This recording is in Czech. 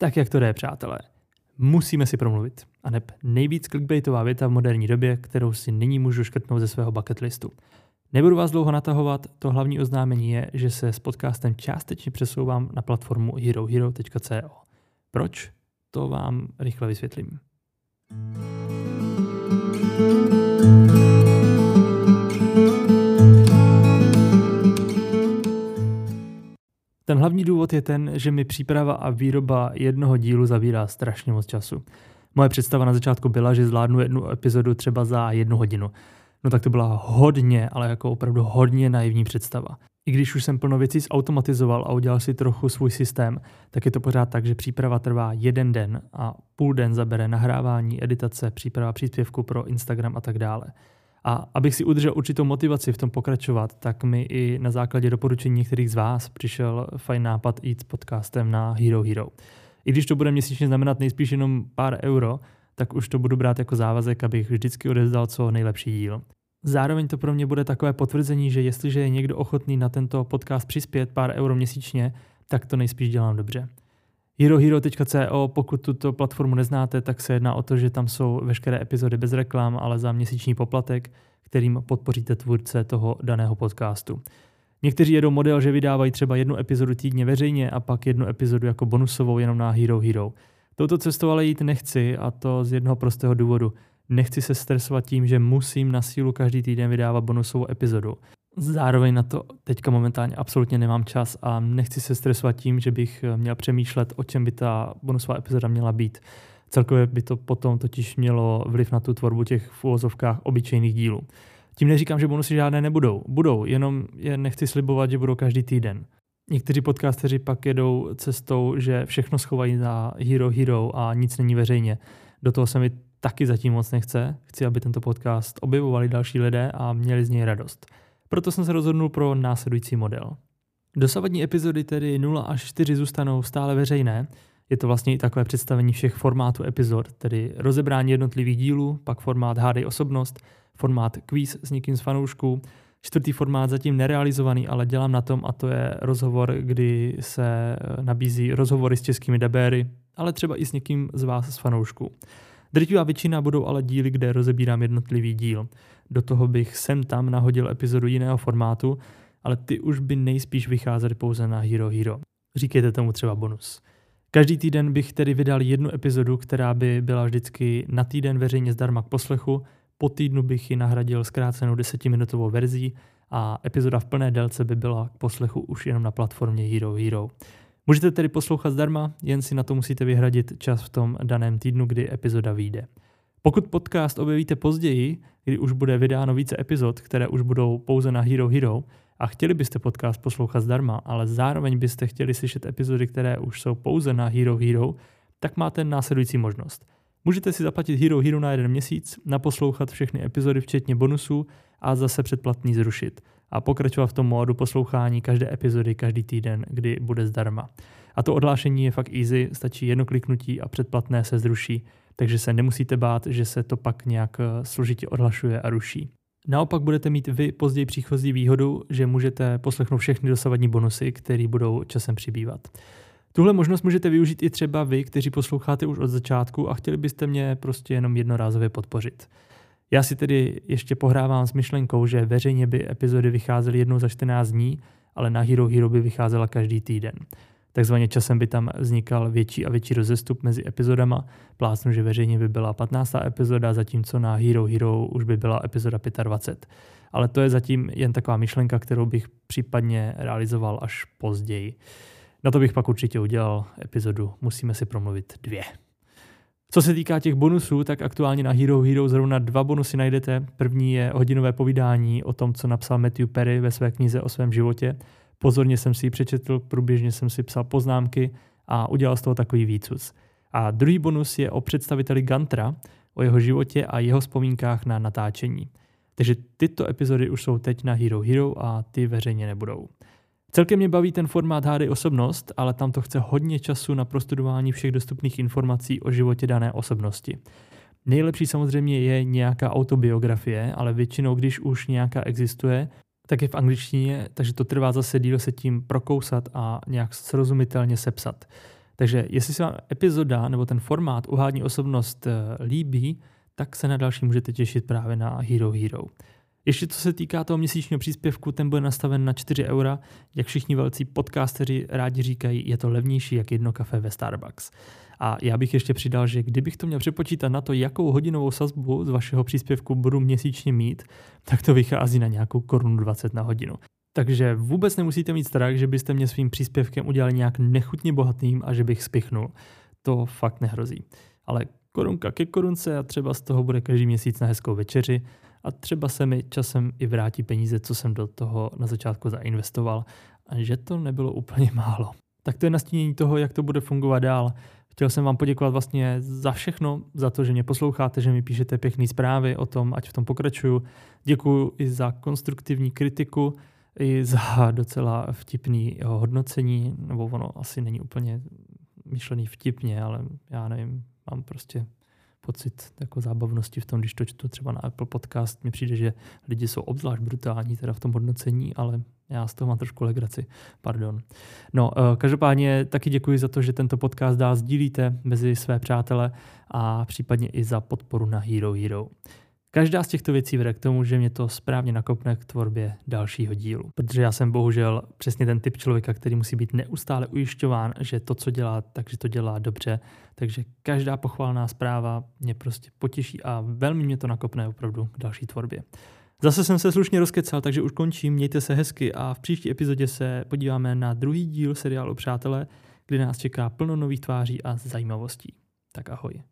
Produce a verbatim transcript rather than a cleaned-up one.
Tak jak to jde, přátelé? Musíme si promluvit. A neb nejvíc clickbaitová věta v moderní době, kterou si nyní můžu škrtnout ze svého bucket listu. Nebudu vás dlouho natahovat, to hlavní oznámení je, že se s podcastem částečně přesouvám na platformu hero hero tečka co. Proč? To vám rychle vysvětlím. Ten hlavní důvod je ten, že mi příprava a výroba jednoho dílu zabírá strašně moc času. Moje představa na začátku byla, že zvládnu jednu epizodu třeba za jednu hodinu. No tak to byla hodně, ale jako opravdu hodně naivní představa. I když už jsem plno věcí zautomatizoval a udělal si trochu svůj systém, tak je to pořád tak, že příprava trvá jeden den a půl den zabere nahrávání, editace, příprava příspěvku pro Instagram a tak dále. A abych si udržel určitou motivaci v tom pokračovat, tak mi i na základě doporučení některých z vás přišel fajn nápad jít s podcastem na Hero Hero. I když to bude měsíčně znamenat nejspíš jenom pár euro, tak už to budu brát jako závazek, abych vždycky odevzdal co nejlepší díl. Zároveň to pro mě bude takové potvrzení, že jestliže je někdo ochotný na tento podcast přispět pár euro měsíčně, tak to nejspíš dělám dobře. hero hero tečka co, pokud tuto platformu neznáte, tak se jedná o to, že tam jsou veškeré epizody bez reklam, ale za měsíční poplatek, kterým podpoříte tvůrce toho daného podcastu. Někteří jedou model, že vydávají třeba jednu epizodu týdně veřejně a pak jednu epizodu jako bonusovou jenom na Hero Hero. Touto cestou ale jít nechci, a to z jednoho prostého důvodu. Nechci se stresovat tím, že musím na sílu každý týden vydávat bonusovou epizodu. Zároveň na to teďka momentálně absolutně nemám čas a nechci se stresovat tím, že bych měl přemýšlet, o čem by ta bonusová epizoda měla být. Celkově by to potom totiž mělo vliv na tu tvorbu těch v uvozovkách obyčejných dílů. Tím neříkám, že bonusy žádné nebudou. Budou, jenom je nechci slibovat, že budou každý týden. Někteří podcasteři pak jedou cestou, že všechno schovají na Hero Hero a nic není veřejně. Do toho se mi taky zatím moc nechce. Chci, aby tento podcast objevovali další lidé a měli z něj radost. Proto jsem se rozhodnul pro následující model. Dosavadní epizody, tedy nula až čtyři, zůstanou stále veřejné. Je to vlastně i takové představení všech formátů epizod, tedy rozebrání jednotlivých dílů, pak formát Hádej osobnost, formát Quiz s někým z fanoušků, čtvrtý formát zatím nerealizovaný, ale dělám na tom, a to je rozhovor, kdy se nabízí rozhovory s českými dabéry, ale třeba i s někým z vás z fanoušků. Drtivá většina budou ale díly, kde rozebírám jednotlivý díl. Do toho bych sem tam nahodil epizodu jiného formátu, ale ty už by nejspíš vycházely pouze na Hero Hero. Říkejte tomu třeba bonus. Každý týden bych tedy vydal jednu epizodu, která by byla vždycky na týden veřejně zdarma k poslechu, po týdnu bych ji nahradil zkrácenou desetiminutovou verzí a epizoda v plné délce by byla k poslechu už jenom na platformě Hero Hero. Můžete tedy poslouchat zdarma, jen si na to musíte vyhradit čas v tom daném týdnu, kdy epizoda vyjde. Pokud podcast objevíte později, kdy už bude vydáno více epizod, které už budou pouze na Hero Hero, a chtěli byste podcast poslouchat zdarma, ale zároveň byste chtěli slyšet epizody, které už jsou pouze na Hero Hero, tak máte následující možnost. Můžete si zaplatit Hero Hero na jeden měsíc, naposlouchat všechny epizody včetně bonusů a zase předplatný zrušit. A pokračovat v tom módu poslouchání každé epizody každý týden, kdy bude zdarma. A to odhlášení je fakt easy, stačí jedno kliknutí a předplatné se zruší, takže se nemusíte bát, že se to pak nějak složitě odhlašuje a ruší. Naopak budete mít vy později příchozí výhodu, že můžete poslechnout všechny dosavadní bonusy, které budou časem přibývat. Tuhle možnost můžete využít i třeba vy, kteří posloucháte už od začátku a chtěli byste mě prostě jenom jednorázově podpořit. Já si tedy ještě pohrávám s myšlenkou, že veřejně by epizody vycházely jednou za čtrnáct dní, ale na Hero Hero by vycházela každý týden. Takzvaně časem by tam vznikal větší a větší rozestup mezi epizodama. Plácnu, že veřejně by byla patnáctá epizoda, zatímco na Hero Hero už by byla epizoda dvacet pět. Ale to je zatím jen taková myšlenka, kterou bych případně realizoval až později. Na to bych pak určitě udělal epizodu Musíme si promluvit dvě. Co se týká těch bonusů, tak aktuálně na Hero Hero zrovna dva bonusy najdete. První je hodinové povídání o tom, co napsal Matthew Perry ve své knize o svém životě. Pozorně jsem si ji přečetl, průběžně jsem si psal poznámky a udělal z toho takový výcud. A druhý bonus je o představiteli Gantra, o jeho životě a jeho vzpomínkách na natáčení. Takže tyto epizody už jsou teď na Hero Hero a ty veřejně nebudou. Celkem mě baví ten formát Hádej osobnost, ale tam to chce hodně času na prostudování všech dostupných informací o životě dané osobnosti. Nejlepší samozřejmě je nějaká autobiografie, ale většinou, když už nějaká existuje, tak je v angličtině, takže to trvá zase díl se tím prokousat a nějak srozumitelně sepsat. Takže jestli se vám epizoda nebo ten formát Uhádni osobnost líbí, tak se na další můžete těšit právě na Hero Hero. Ještě co se týká toho měsíčního příspěvku, ten bude nastaven na čtyři eura. Jak všichni velcí podcasteři rádi říkají, je to levnější jak jedno kafe ve Starbucks. A já bych ještě přidal, že kdybych to měl přepočítat na to, jakou hodinovou sazbu z vašeho příspěvku budu měsíčně mít, tak to vychází na nějakou korunu dvacet na hodinu. Takže vůbec nemusíte mít strach, že byste mě svým příspěvkem udělali nějak nechutně bohatým a že bych spichnul. To fakt nehrozí. Ale korunka ke korunce a třeba z toho bude každý měsíc na hezkou večeři a třeba se mi časem i vrátí peníze, co jsem do toho na začátku zainvestoval a že to nebylo úplně málo. Tak to je nastínění toho, jak to bude fungovat dál. Chtěl jsem vám poděkovat vlastně za všechno, za to, že mě posloucháte, že mi píšete pěkné zprávy o tom, ať v tom pokračuju. Děkuju i za konstruktivní kritiku, i za docela vtipný hodnocení, nebo ono asi není úplně myšlený vtipně, ale já nevím, mám prostě pocit jako zábavnosti v tom, když to čtu třeba na Apple Podcast. Mně přijde, že lidi jsou obzvlášť brutální teda v tom hodnocení, ale já z toho mám trošku legraci. Pardon. No, každopádně taky děkuji za to, že tento podcast dál sdílíte mezi své přátele a případně i za podporu na Hero Hero. Každá z těchto věcí vede k tomu, že mě to správně nakopne k tvorbě dalšího dílu. Protože já jsem bohužel přesně ten typ člověka, který musí být neustále ujišťován, že to, co dělá, takže to dělá dobře. Takže každá pochvalná zpráva mě prostě potěší a velmi mě to nakopne opravdu k další tvorbě. Zase jsem se slušně rozkecal, takže už končím, mějte se hezky a v příští epizodě se podíváme na druhý díl seriálu Přátelé, kde nás čeká plno nových tváří a zajímavostí. Tak ahoj.